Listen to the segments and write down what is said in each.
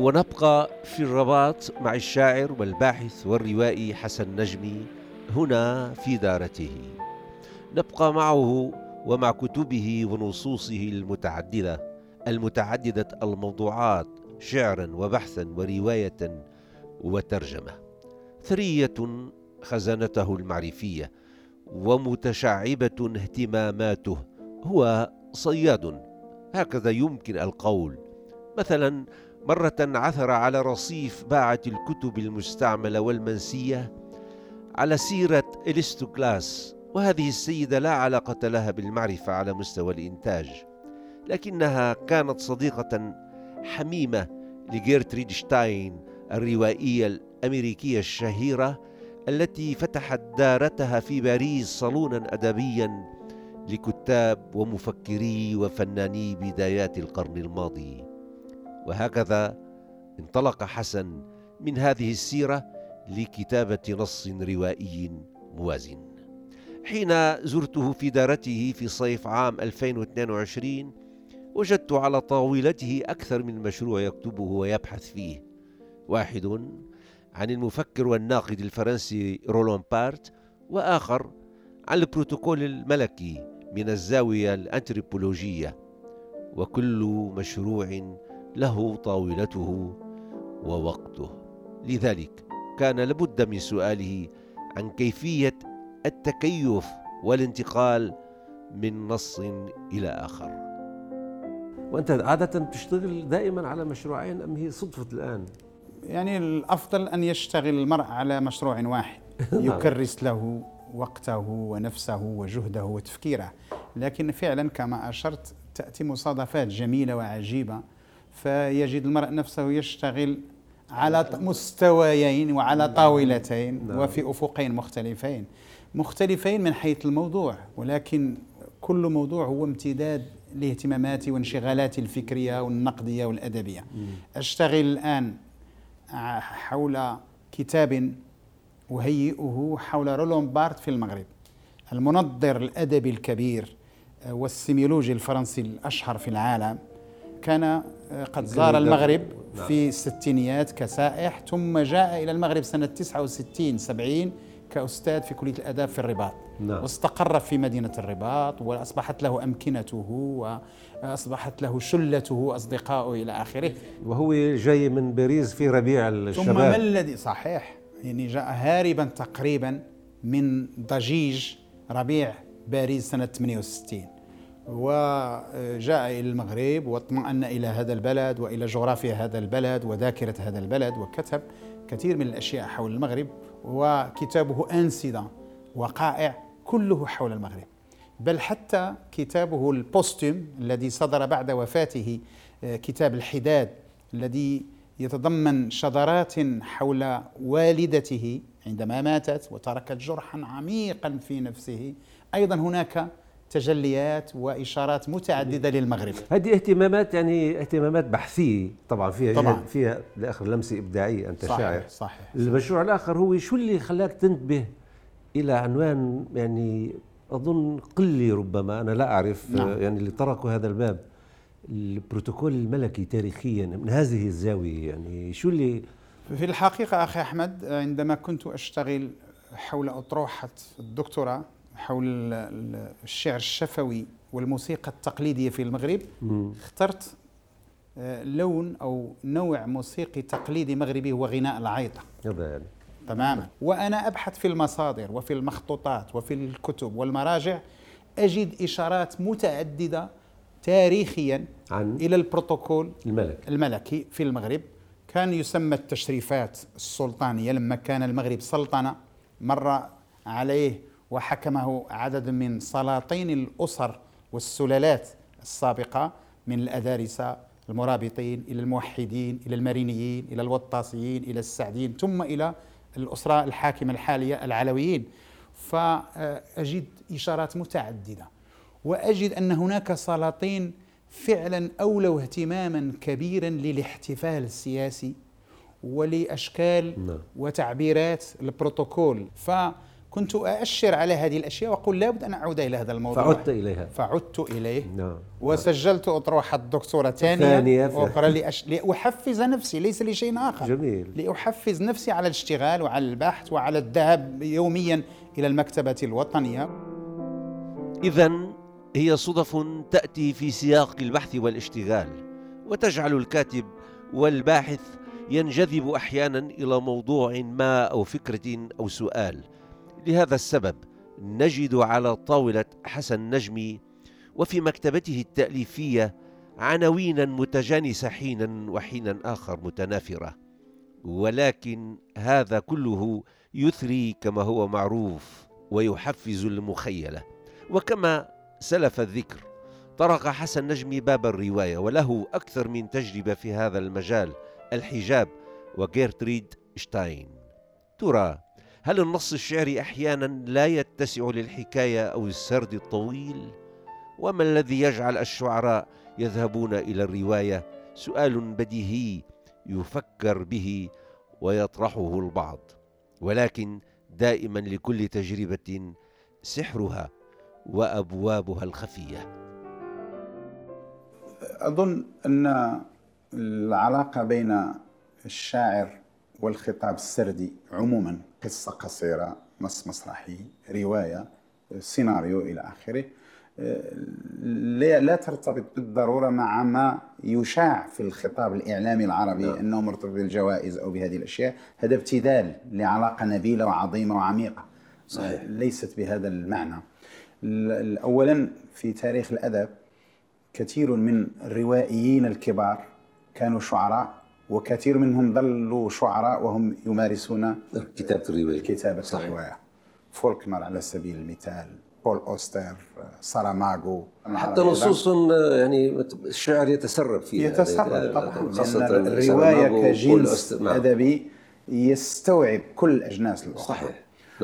ونبقى في الرباط مع الشاعر والباحث والروائي حسن نجمي هنا في دارته. نبقى معه ومع كتبه ونصوصه المتعددة الموضوعات، شعرا وبحثا ورواية وترجمة، ثرية خزانته المعرفية ومتشعبة اهتماماته. هو صياد، هكذا يمكن القول. مثلا مرة عثر على رصيف باعة الكتب المستعملة والمنسية على سيرة إليستوكلاس، وهذه السيدة لا علاقة لها بالمعرفة على مستوى الإنتاج، لكنها كانت صديقة حميمة لجيرتريد شتاين الروائية الأمريكية الشهيرة، التي فتحت دارتها في باريس صالونا أدبيا لكتاب ومفكري وفناني بدايات القرن الماضي. وهكذا انطلق حسن من هذه السيرة لكتابة نص روائي موازن. حين زرته في دارته في صيف عام 2022 وجدت على طاولته أكثر من مشروع يكتبه ويبحث فيه، واحد عن المفكر والناقد الفرنسي رولان بارت، وآخر عن البروتوكول الملكي من الزاوية الأنثروبولوجية، وكل مشروع له طاولته ووقته. لذلك كان لابد من سؤاله عن كيفية التكيف والانتقال من نص إلى آخر. وأنت عادة تشتغل دائما على مشروعين أم هي صدفة الآن؟ يعني الأفضل أن يشتغل المرء على مشروع واحد يكرس له وقته ونفسه وجهده وتفكيره، لكن فعلا كما أشرت تأتي مصادفات جميلة وعجيبة، فيجد المرء نفسه يشتغل على مستويين وعلى طاولتين وفي أفقين مختلفين من حيث الموضوع، ولكن كل موضوع هو امتداد لاهتماماتي وانشغالاتي الفكرية والنقدية والأدبية. أشتغل الآن حول كتاب أهيئه حول رولان بارت في المغرب، المنظر الأدبي الكبير والسيميولوجي الفرنسي الأشهر في العالم. كان قد زار المغرب في الستينيات كسائح، ثم جاء إلى المغرب سنة 69-70 كأستاذ في كلية الآداب في الرباط، واستقر في مدينة الرباط، وأصبحت له أمكنته وأصبحت له شلته أصدقائه إلى آخره. وهو جاي من باريس في ربيع الشباب. ثم ما الذي صحيح، يعني جاء هاربا تقريبا من ضجيج ربيع باريس سنة 68، وجاء إلى المغرب واطمأن إلى هذا البلد وإلى جغرافيا هذا البلد وذاكرة هذا البلد، وكتب كثير من الأشياء حول المغرب، وكتابه أنسدة وقائع كله حول المغرب. بل حتى كتابه البوستوم الذي صدر بعد وفاته، كتاب الحداد، الذي يتضمن شذرات حول والدته عندما ماتت وتركت جرحا عميقا في نفسه، أيضا هناك تجليات وإشارات متعددة للمغرب. هذه اهتمامات، يعني اهتمامات بحثية طبعا، فيها لآخر لمسة إبداعية. أنت شاعر. صحيح. المشروع الآخر هو شو اللي خلاك تنتبه إلى عنوان يعني أظن قلي ربما أنا لا أعرف يعني اللي طرقوا هذا الباب، البروتوكول الملكي تاريخيا من هذه الزاوية، يعني شو اللي في الحقيقة أخي أحمد، عندما كنت أشتغل حول أطروحة الدكتوراه حول الشعر الشفوي والموسيقى التقليدية في المغرب، اخترت لون أو نوع موسيقي تقليدي مغربي هو غناء العيطة. يعني. تماما. وأنا أبحث في المصادر وفي المخطوطات وفي الكتب والمراجع، أجد إشارات متعددة تاريخيا إلى البروتوكول الملكي في المغرب. كان يسمى التشريفات السلطانية لما كان المغرب سلطنة، مر عليه وحكمه عدد من سلاطين الأسر والسلالات السابقة، من الأدارسة المرابطين إلى الموحدين إلى المرينيين إلى الوطاسيين إلى السعديين، ثم إلى الأسرة الحاكمة الحالية العلويين. فأجد إشارات متعددة، وأجد أن هناك سلاطين فعلا أولوا اهتماما كبيرا للاحتفال السياسي ولأشكال وتعبيرات البروتوكول. فكنت كنت أأشر على هذه الأشياء وأقول لابد أن أعود إلى هذا الموضوع. فعدت إليه. نعم. وسجلت أطروحة دكتورة ثانية أخرى لأحفز نفسي، ليس لشيء آخر. جميل. لأحفز نفسي على الاشتغال وعلى البحث وعلى الذهاب يوميا إلى المكتبة الوطنية. إذن هي صدف تأتي في سياق البحث والاشتغال، وتجعل الكاتب والباحث ينجذب أحيانا إلى موضوع ما أو فكرة أو سؤال. لهذا السبب نجد على طاولة حسن نجمي وفي مكتبته التأليفية عناوينا متجانسة حينا وحينا آخر متنافرة، ولكن هذا كله يثري كما هو معروف ويحفز المخيلة. وكما سلف الذكر طرق حسن نجمي باب الرواية، وله أكثر من تجربة في هذا المجال: الحجاب وغيرتريد شتاين. ترى هل النص الشعري أحيانا لا يتسع للحكاية أو السرد الطويل؟ وما الذي يجعل الشعراء يذهبون إلى الرواية؟ سؤال بديهي يفكر به ويطرحه البعض، ولكن دائما لكل تجربة سحرها وأبوابها الخفية. أظن أن العلاقة بين الشاعر والخطاب السردي عموما، قصة قصيرة، نص مسرحي، رواية، سيناريو إلى آخره، لا ترتبط بالضرورة مع ما يشاع في الخطاب الإعلامي العربي أنه مرتبط بالجوائز أو بهذه الأشياء. هذا ابتذال لعلاقة نبيلة وعظيمة وعميقة. صحيح. ليست بهذا المعنى. أولا في تاريخ الأدب كثير من الروائيين الكبار كانوا شعراء، وكثير منهم ظلوا شعراء وهم يمارسون كتابة الرواية. فولكنر على سبيل المثال، بول أوستر، ساراماغو. حتى نصوص يعني الشعر يتسرب فيها. يتسرب طبعا، لأن الرواية كجنس أدبي يستوعب كل الأجناس الأخرى. صحيح.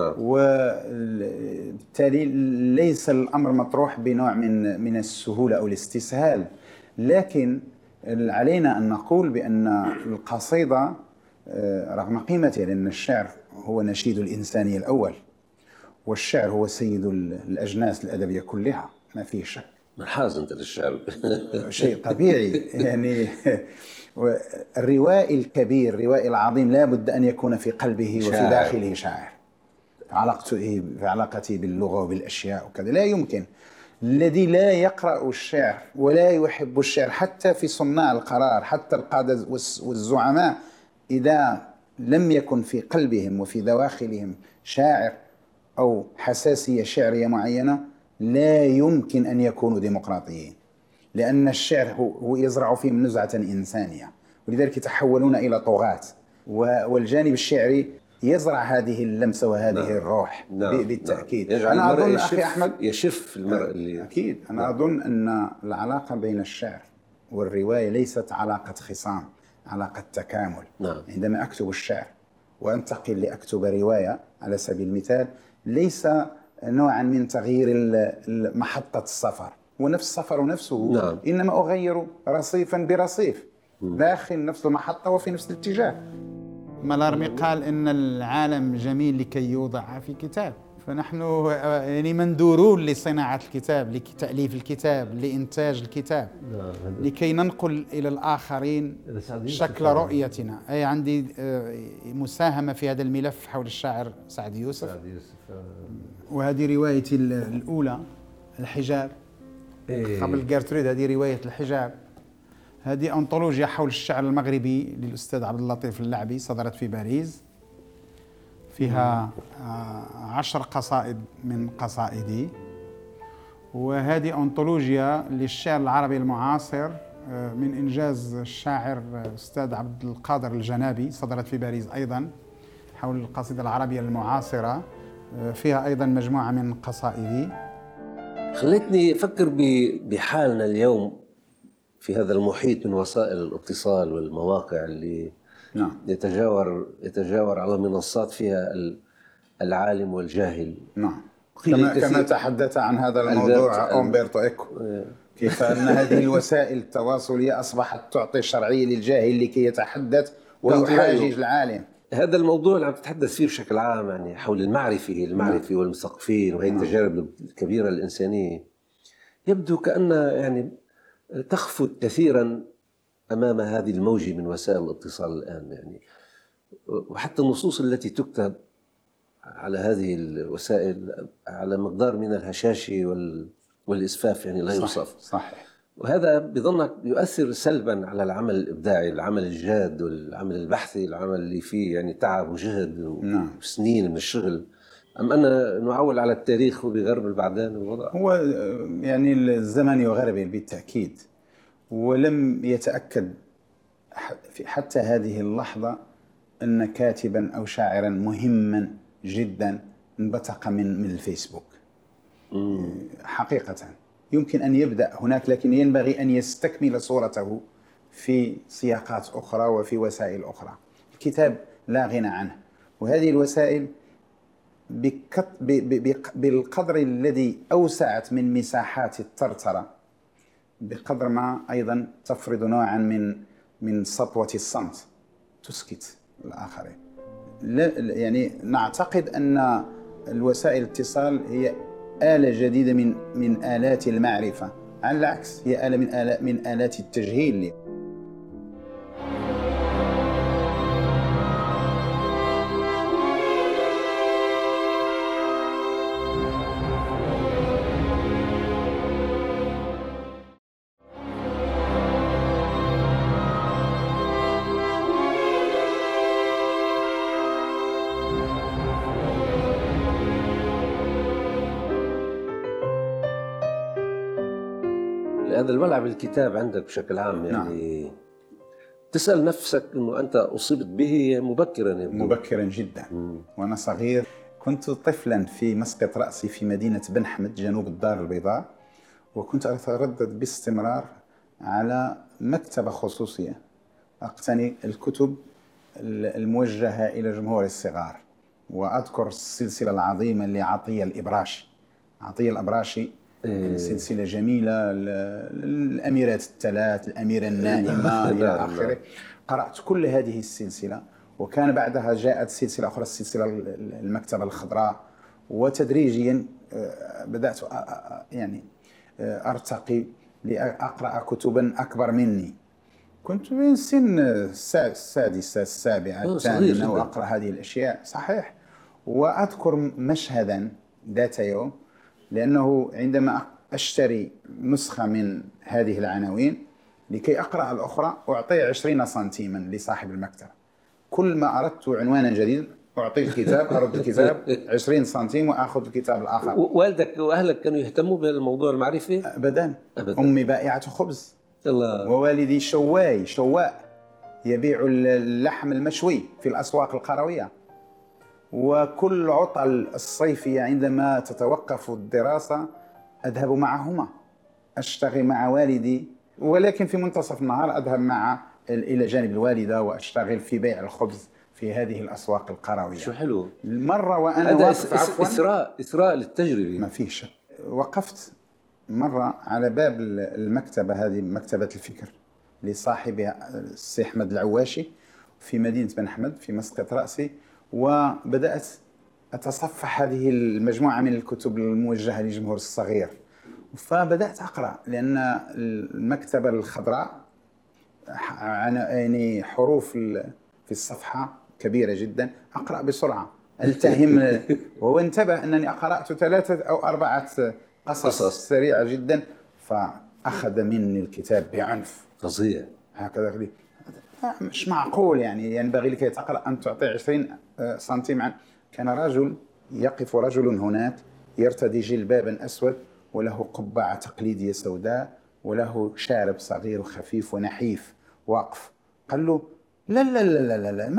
وبالتالي ليس الأمر مطروح بنوع من السهولة أو الاستسهال، لكن علينا أن نقول بأن القصيدة رغم قيمتها، لأن الشعر هو نشيد الإنسانية الأول، والشعر هو سيد الأجناس الأدبية كلها، ما فيه شك. منحاز أنت للشعر. شيء طبيعي يعني. الروائي الكبير، الروائي العظيم، لا بد أن يكون في قلبه وفي داخله شاعر. علاقته باللغة وبالأشياء وكذا. لا يمكن الذي لا يقرأ الشعر ولا يحب الشعر، حتى في صناع القرار، حتى القادة والزعماء، إذا لم يكن في قلبهم وفي دواخلهم شاعر أو حساسية شعرية معينة، لا يمكن أن يكونوا ديمقراطيين، لأن الشعر هو يزرع فيهم نزعة إنسانية، ولذلك يتحولون إلى طغاة. والجانب الشعري يزرع هذه اللمسة وهذه الروح. بالتأكيد. أنا أظن أخي أحمد يشف المرء اللي أكيد. أنا أظن أن العلاقة بين الشعر والرواية ليست علاقة خصام، علاقة تكامل. عندما أكتب الشعر وأنتقل لأكتب رواية على سبيل المثال، ليس نوعا من تغيير محطة السفر، ونفس السفر نفسه. إنما أغير رصيفا برصيف داخل نفس المحطة وفي نفس الاتجاه. مالارمي قال إن العالم جميل لكي يوضع في كتاب، فنحن يعني مندورون لصناعة الكتاب، لتأليف الكتاب، لإنتاج الكتاب، لكي ننقل إلى الآخرين شكل رؤيتنا. أي عندي مساهمة في هذا الملف حول الشاعر سعد يوسف. وهذه روايتي الأولى، الحجاب. قبل غيرتريد هذه رواية الحجاب. هذه أنطولوجيا حول الشعر المغربي للأستاذ عبد اللطيف اللعبي، صدرت في باريس، فيها 10 قصائد من قصائدي. وهذه أنطولوجيا للشعر العربي المعاصر من إنجاز الشاعر الأستاذ عبد القادر الجنابي، صدرت في باريس أيضا، حول القصيدة العربية المعاصرة، فيها أيضا مجموعة من قصائدي. خلتني أفكر بحالنا اليوم في هذا المحيط من وسائل الاتصال والمواقع اللي يتجاور على منصات فيها العالم والجاهل. كما تحدث عن هذا الموضوع أمبرتو إيكو، كيف أن هذه الوسائل التواصلية أصبحت تعطي الشرعية للجاهل لكي يتحدث ويحاجج العالم. هذا الموضوع اللي عم تتحدث فيه بشكل عام يعني حول المعرفة والمثقفين وهي التجارب الكبيرة الإنسانية، يبدو كأن يعني تخفت كثيرا أمام هذه الموجة من وسائل الاتصال الآن يعني، وحتى النصوص التي تكتب على هذه الوسائل على مقدار من الهشاشة والإسفاف يعني لا يوصف. صحيح. وهذا بظنك يؤثر سلبا على العمل الإبداعي، العمل الجاد والعمل البحثي، العمل اللي فيه يعني تعب وجهد وسنين من الشغل، أم أن نعول على التاريخ وبغرب بعدين الوضع؟ هو يعني الزمن يغربل بالتأكيد، ولم يتأكد حتى هذه اللحظة أن كاتبا أو شاعرا مهما جدا انبثق من الفيسبوك. حقيقة يمكن أن يبدأ هناك، لكن ينبغي أن يستكمل صورته في سياقات أخرى وفي وسائل أخرى. الكتاب لا غنى عنه، وهذه الوسائل بالقدر الذي أوسعت من مساحات الترترة، بقدر ما أيضا تفرض نوعا من سطوة الصمت، تسكت الآخرين. يعني نعتقد أن الوسائل الاتصال هي آلة جديدة من آلات المعرفة، على العكس هي آلة من آلات التجهيل. هذا الولع بالكتاب عندك بشكل عام يعني. نعم. تسأل نفسك أنه أنت أصبت به مبكرا مبكرا جدا. وأنا صغير كنت طفلا في مسقط رأسي في مدينة بن حمد جنوب الدار البيضاء، وكنت أتردد باستمرار على مكتبة خصوصية أقتني الكتب الموجهة إلى جمهور الصغار. وأذكر السلسلة العظيمة لعطية الإبراشي. عطية الإبراشي سلسلة جميلة، الأميرات الثلاث، الأميرة النائمة إلى آخره. قرأت كل هذه السلسلة، وكان بعدها جاءت سلسلة أخرى، السلسلة المكتبة الخضراء. وتدريجيا بدأت يعني أرتقي لأقرأ كتبا أكبر مني. كنت من سن السادسة السابعة الثامنة وأقرأ هذه الأشياء. صحيح. وأذكر مشهدا ذات يوم، لأنه عندما أشتري نسخة من هذه العناوين لكي أقرأ الأخرى أعطي 20 سنتيما لصاحب المكتبة. كل ما أردت عنوانا جديدا أعطي الكتاب، أرد الكتاب 20 سنتيم وأخذ الكتاب الآخر. والدك وأهلك كانوا يهتموا بالموضوع المعرفي؟ أبدا. أمي بائعة خبز الله. ووالدي شواء يبيع اللحم المشوي في الأسواق القروية. وكل عطل الصيفية عندما تتوقف الدراسة أذهب معهما، أشتغل مع والدي، ولكن في منتصف النهار أذهب إلى جانب الوالدة وأشتغل في بيع الخبز في هذه الأسواق القروية. شو حلو. مرة وأنا واقف إسراء للتجربة. ما فيش. وقفت مرة على باب المكتبة هذه، مكتبة الفكر لصاحبها السي أحمد العواشي في مدينة بن حمد في مسقط رأسي، وبدأت أتصفح هذه المجموعة من الكتب الموجهة للجمهور الصغير. فبدأت أقرأ، لأن المكتبة الخضراء يعني حروف في الصفحة كبيرة جدا، أقرأ بسرعة التهم. وانتبه أنني قرأت 3 أو 4 قصص سريعة جدا، فأخذ مني الكتاب بعنف فظيع. هكذا مش معقول، يعني ينبغي لكي تقرأ أن تعطي 20 سنتيم. كان يقف رجل هناك يرتدي جلبابا أسود وله قبعة تقليدية سوداء وله شارب صغير وخفيف ونحيف واقف. قال له لا لا لا لا لا،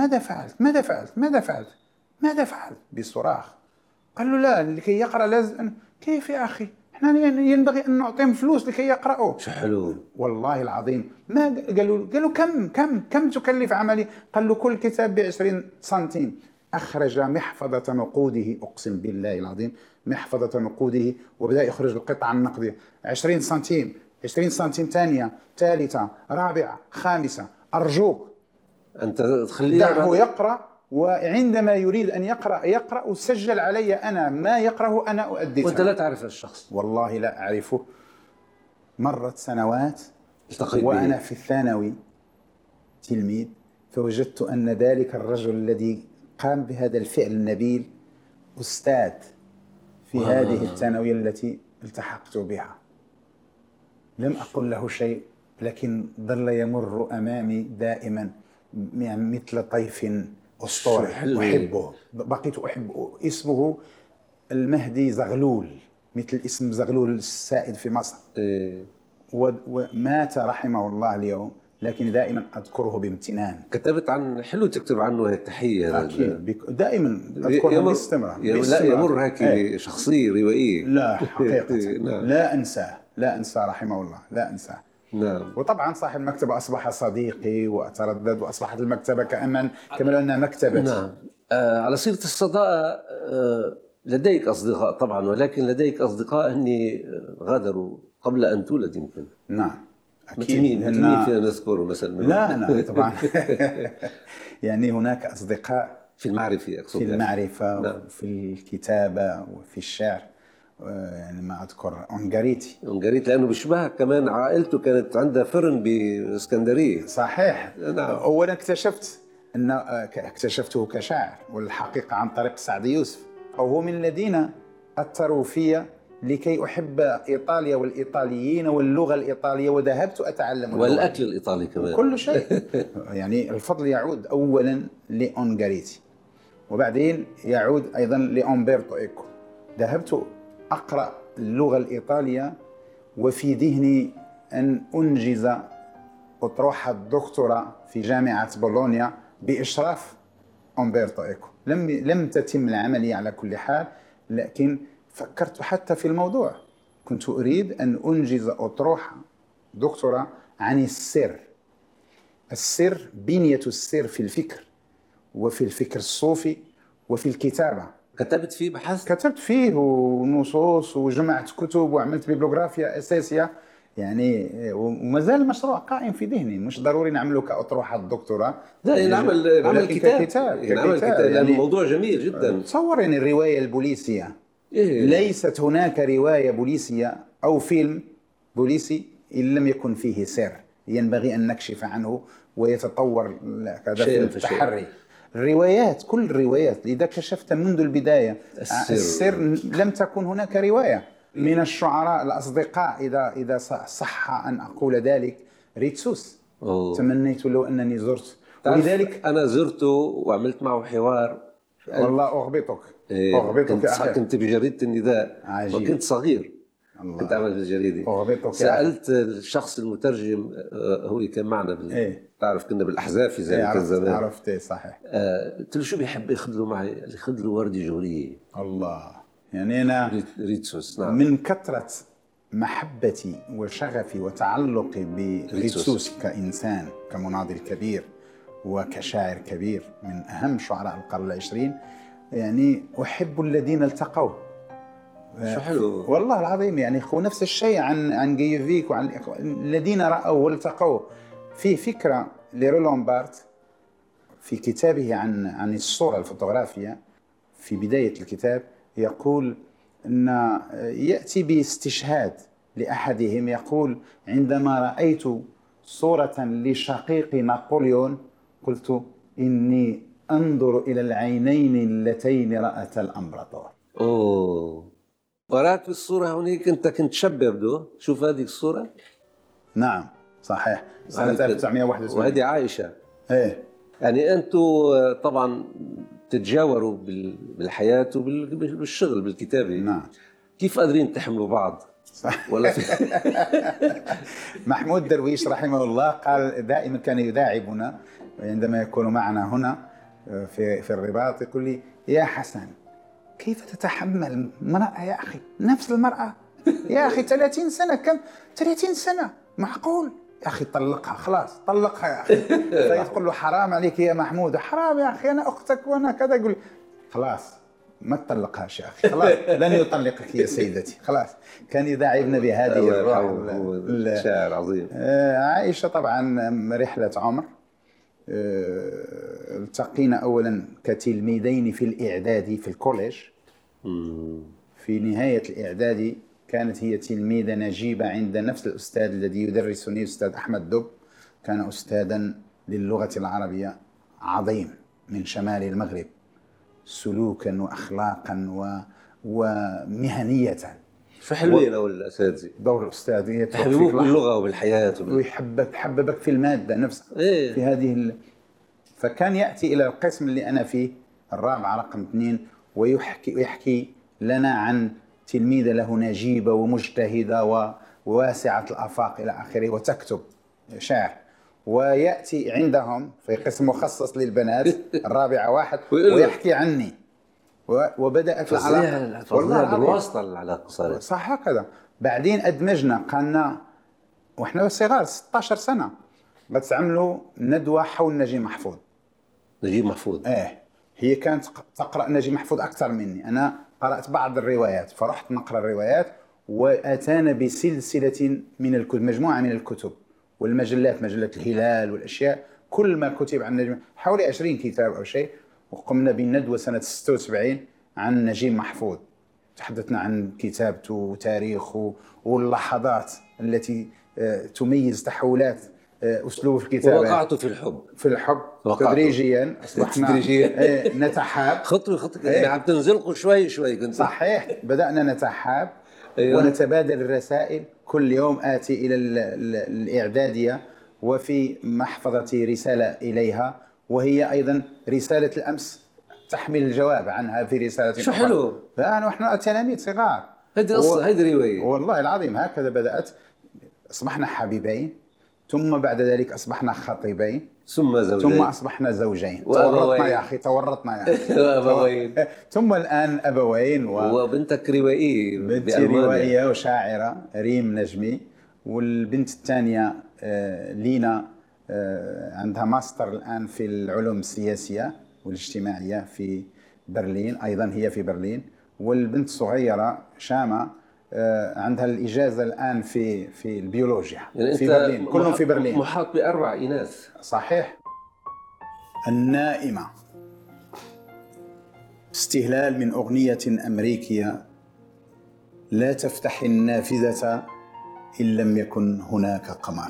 ماذا فعلت بصراخ. قال له لا، لكي يقرأ لازم. كيف يا أخي، احنا ينبغي أن نعطيهم فلوس لكي يقرأوا. شو حلو والله العظيم. ما قالوا كم تكلف عملي؟ قال له كل كتاب ب20 سنتيم. أخرج محفظة نقوده، أقسم بالله العظيم، محفظة نقوده، وبدأ يخرج القطعة النقدية. 20 سنتيم، 20 سنتيم ثانية، ثالثة، رابعة، خامسة. أرجوك أنت تخليه دعه يقرأ وعندما يريد أن يقرأ وسجل علي أنا ما يقرأه أنا أؤدي. وأنت لا تعرف الشخص؟ والله لا أعرفه. مرت سنوات التقيت وأنا في الثانوي تلميذ، فوجدت أن ذلك الرجل الذي قام بهذا الفعل النبيل أستاذ في هذه الثانوية التي التحقت بها. لم أقل له شيء، لكن ظل يمر أمامي دائما يعني مثل طيف أسطوري أحبه، بقيت أحبه. اسمه المهدي زغلول، مثل اسم زغلول السائد في مصر. ومات رحمه الله اليوم، لكن دائما أذكره بامتنان. كتبت عن حلو تكتب عنه التحية. أكيد دائما أذكرها باستمرار. لا يمر هيك شخصية روائية. لا حقيقة لا أنساه، لا أنسى رحمه الله، لا أنساه. نعم. وطبعا صاحب المكتبة أصبح صديقي وأتردد، وأصبحت المكتبة كما أنها مكتبة. نعم. على سيرة الصداقة، لديك أصدقاء طبعا، ولكن لديك أصدقاء أني غادروا قبل أن تولد يمكن. نعم أكيد. مين فينا نذكره مثلا؟ لا طبعا. يعني هناك أصدقاء في المعرفة، أقصد في المعرفة. نعم. وفي الكتابة وفي الشعر. يعني ما أذكر أونغاريتي لأنه بيشبهك كمان، عائلته كانت عندها فرن بإسكندرية. صحيح. نعم. أولا اكتشفته كشاعر، والحقيقة عن طريق سعد يوسف، وهو من الذين أثروا في لكي أحب إيطاليا والإيطاليين واللغة الإيطالية، وذهبت أتعلم والأكل الإيطالي كمان، كل شيء. يعني الفضل يعود أولا لأونغاريتي، وبعدين يعود أيضا لأمبرتو إيكو. ذهبت أقرأ اللغة الإيطالية، وفي ذهني أن أنجز أطروحة الدكتوراه في جامعة بولونيا بإشراف أمبرتو إيكو. لم تتم العملية على كل حال، لكن فكرت حتى في الموضوع. كنت أريد أن أنجز أطروحة دكتوراه عن السر، بنية السر في الفكر، وفي الفكر الصوفي، وفي الكتابة. كتبت فيه بحث؟ كتبت فيه ونصوص، وجمعت كتب، وعملت بيبلوغرافيا أساسية يعني. وما زال المشروع قائم في ذهني. مش ضروري نعمله كأطروحة الدكتوراه، لا نعمل كتاب يعني الموضوع جميل جدا. تصور يعني الرواية البوليسية. ليست هناك رواية بوليسية أو فيلم بوليسي إن لم يكن فيه سر ينبغي أن نكشف عنه ويتطور كذا في التحري. الروايات، كل الروايات إذا كشفت منذ البداية السر لم تكن هناك رواية. من الشعراء الأصدقاء إذا صح أن أقول ذلك ريتسوس. تمنيت لو أنني زرت، ولذلك أنا زرته وعملت معه حوار. والله أغبطك كنت بجريدة النداء عجيب. وكنت صغير الله. كنت أعمل في الجريدة. سألت الشخص المترجم، هو كان معنا تعرف كنا بالأحزاب في ذلك الزمان. عرفت صحيح. قلت له شو بيحب ياخذ معي؟ قال لي خذ له وردة جورية. الله. يعني أنا ريتسوس. نعم. من كثرة محبتي وشغفي وتعلقي بريتسوس كإنسان، كمناضل كبير وكشاعر كبير من أهم شعراء القرن العشرين، يعني أحب الذين التقوا. شو حلو والله العظيم. يعني نفس الشيء عن جيفيك وعن الذين رأوا والتقوا. في فكرة لرولان بارت في كتابه عن الصورة الفوتوغرافية، في بداية الكتاب يقول أن يأتي باستشهاد لأحدهم، يقول عندما رأيت صورة لشقيق نابليون قلت إني أنظر إلى العينين اللتين رأت الأمبراطور. وراك في الصورة هونيك أنت كنت شاب يبدو. شوف هذه الصورة. نعم صحيح، سنة 1971. وهذه عائشة. يعني أنتم طبعا تتجاوروا بالحياة وبالشغل بالكتابة. نعم. كيف قادرين تحملوا بعض؟ ولا محمود درويش رحمه الله قال دائما كان يداعبنا عندما يكون معنا هنا في الرباط، يقول لي يا حسن كيف تتحمل المرأة يا أخي؟ نفس المرأة يا أخي 30 سنة، كم 30 سنة معقول يا أخي؟ طلقها خلاص، طلقها يا أخي. فيقول له حرام عليك يا محمود. حرام يا أخي أنا أختك وأنا كذا. يقول خلاص ما تطلقهاش يا أخي، خلاص لن يطلقك يا سيدتي، خلاص. كان يداعبنا بهذه الروح. شاعر عظيم. عائشة طبعا رحلة عمر، التقينا أولا كتلميذين في الإعدادي في الكوليج. في نهاية الإعدادي كانت هي تلميذة نجيبة عند نفس الأستاذ الذي يدرسني، أستاذ أحمد دب. كان أستاذا للغة العربية عظيم من شمال المغرب سلوكا وأخلاقا ومهنية. شو حلوين أول الأساتذة، دور الأستاذ يحببوك باللغة وبالحياة ويحببك في المادة نفسها. في هذه فكان يأتي إلى القسم اللي أنا فيه الرابعة رقم 2 ويحكي لنا عن تلميذة له نجيبة ومجتهدة وواسعة الآفاق إلى آخره، وتكتب شعر. ويأتي عندهم في قسم مخصص للبنات الرابعة 1 ويحكي عني. وبدأت العلاقة والله بالواسطة العلاقة صارت صح هكذا. بعدين أدمجنا، قالنا وإحنا صغار 16 سنة بتعملوا ندوة حول نجيب محفوظ. نجيب محفوظ هي كانت تقرأ نجيب محفوظ أكثر مني. أنا قرأت بعض الروايات فرحت نقرأ الروايات، وأتانا بسلسلة من الكتب، مجموعة من الكتب والمجلات، مجلة الهلال والأشياء، كل ما كتب عن نجيب حوالي 20 كتاب أو شيء. وقمنا بالندوة سنة 76 عن نجيب محفوظ. تحدثنا عن كتابته وتاريخه واللحظات التي تميز تحولات أسلوب الكتابة. ووقعت في الحب تدريجيا أصبحنا نتحاب خطوة يعني عم تنزلقوا شوي كنت صحيح. بدأنا نتحاب ونتبادل الرسائل. كل يوم آتي إلى الإعدادية وفي محفظتي رسالة إليها، وهي أيضا رسالة الأمس تحمل الجواب عنها في رسالة شو حلو. فأنا وإحنا تلاميذ صغار. هذه قصة، هذه رواية والله العظيم هكذا بدأت. أصبحنا حبيبين، ثم بعد ذلك أصبحنا خطيبين، ثم زوجين، ثم أصبحنا زوجين. تورطنا يا أخي تورطنا يا أخي وأبوين ثم الآن أبوين وبنتك روائية. بنتي روائية وشاعرة ريم نجمي. والبنت الثانية لينا عندها ماستر الآن في العلوم السياسية والاجتماعية في برلين، أيضا هي في برلين. والبنت الصغيرة شامة عندها الإجازة الآن في البيولوجيا يعني في برلين. كلهم في برلين. محاط ب4 إناث. صحيح. النائمة، استهلال من أغنية أمريكية: لا تفتح النافذة إن لم يكن هناك قمر.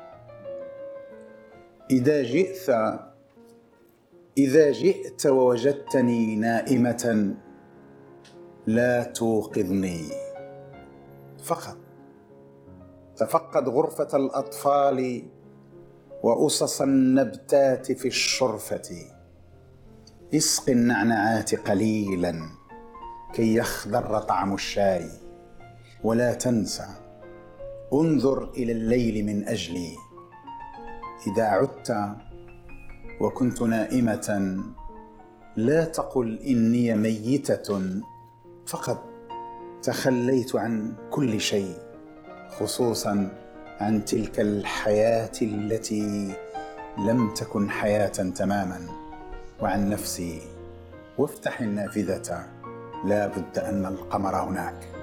إذا جئت ووجدتني نائمة لا توقظني، فقط تفقد غرفة الأطفال وأصص النبتات في الشرفة. اسق النعنعات قليلا كي يخضر طعم الشاي، ولا تنسى انظر إلى الليل من أجلي. إذا عدت وكنت نائمة لا تقل إني ميتة، فقد تخليت عن كل شيء، خصوصا عن تلك الحياة التي لم تكن حياة تماما، وعن نفسي. وافتح النافذة، لا بد أن القمر هناك.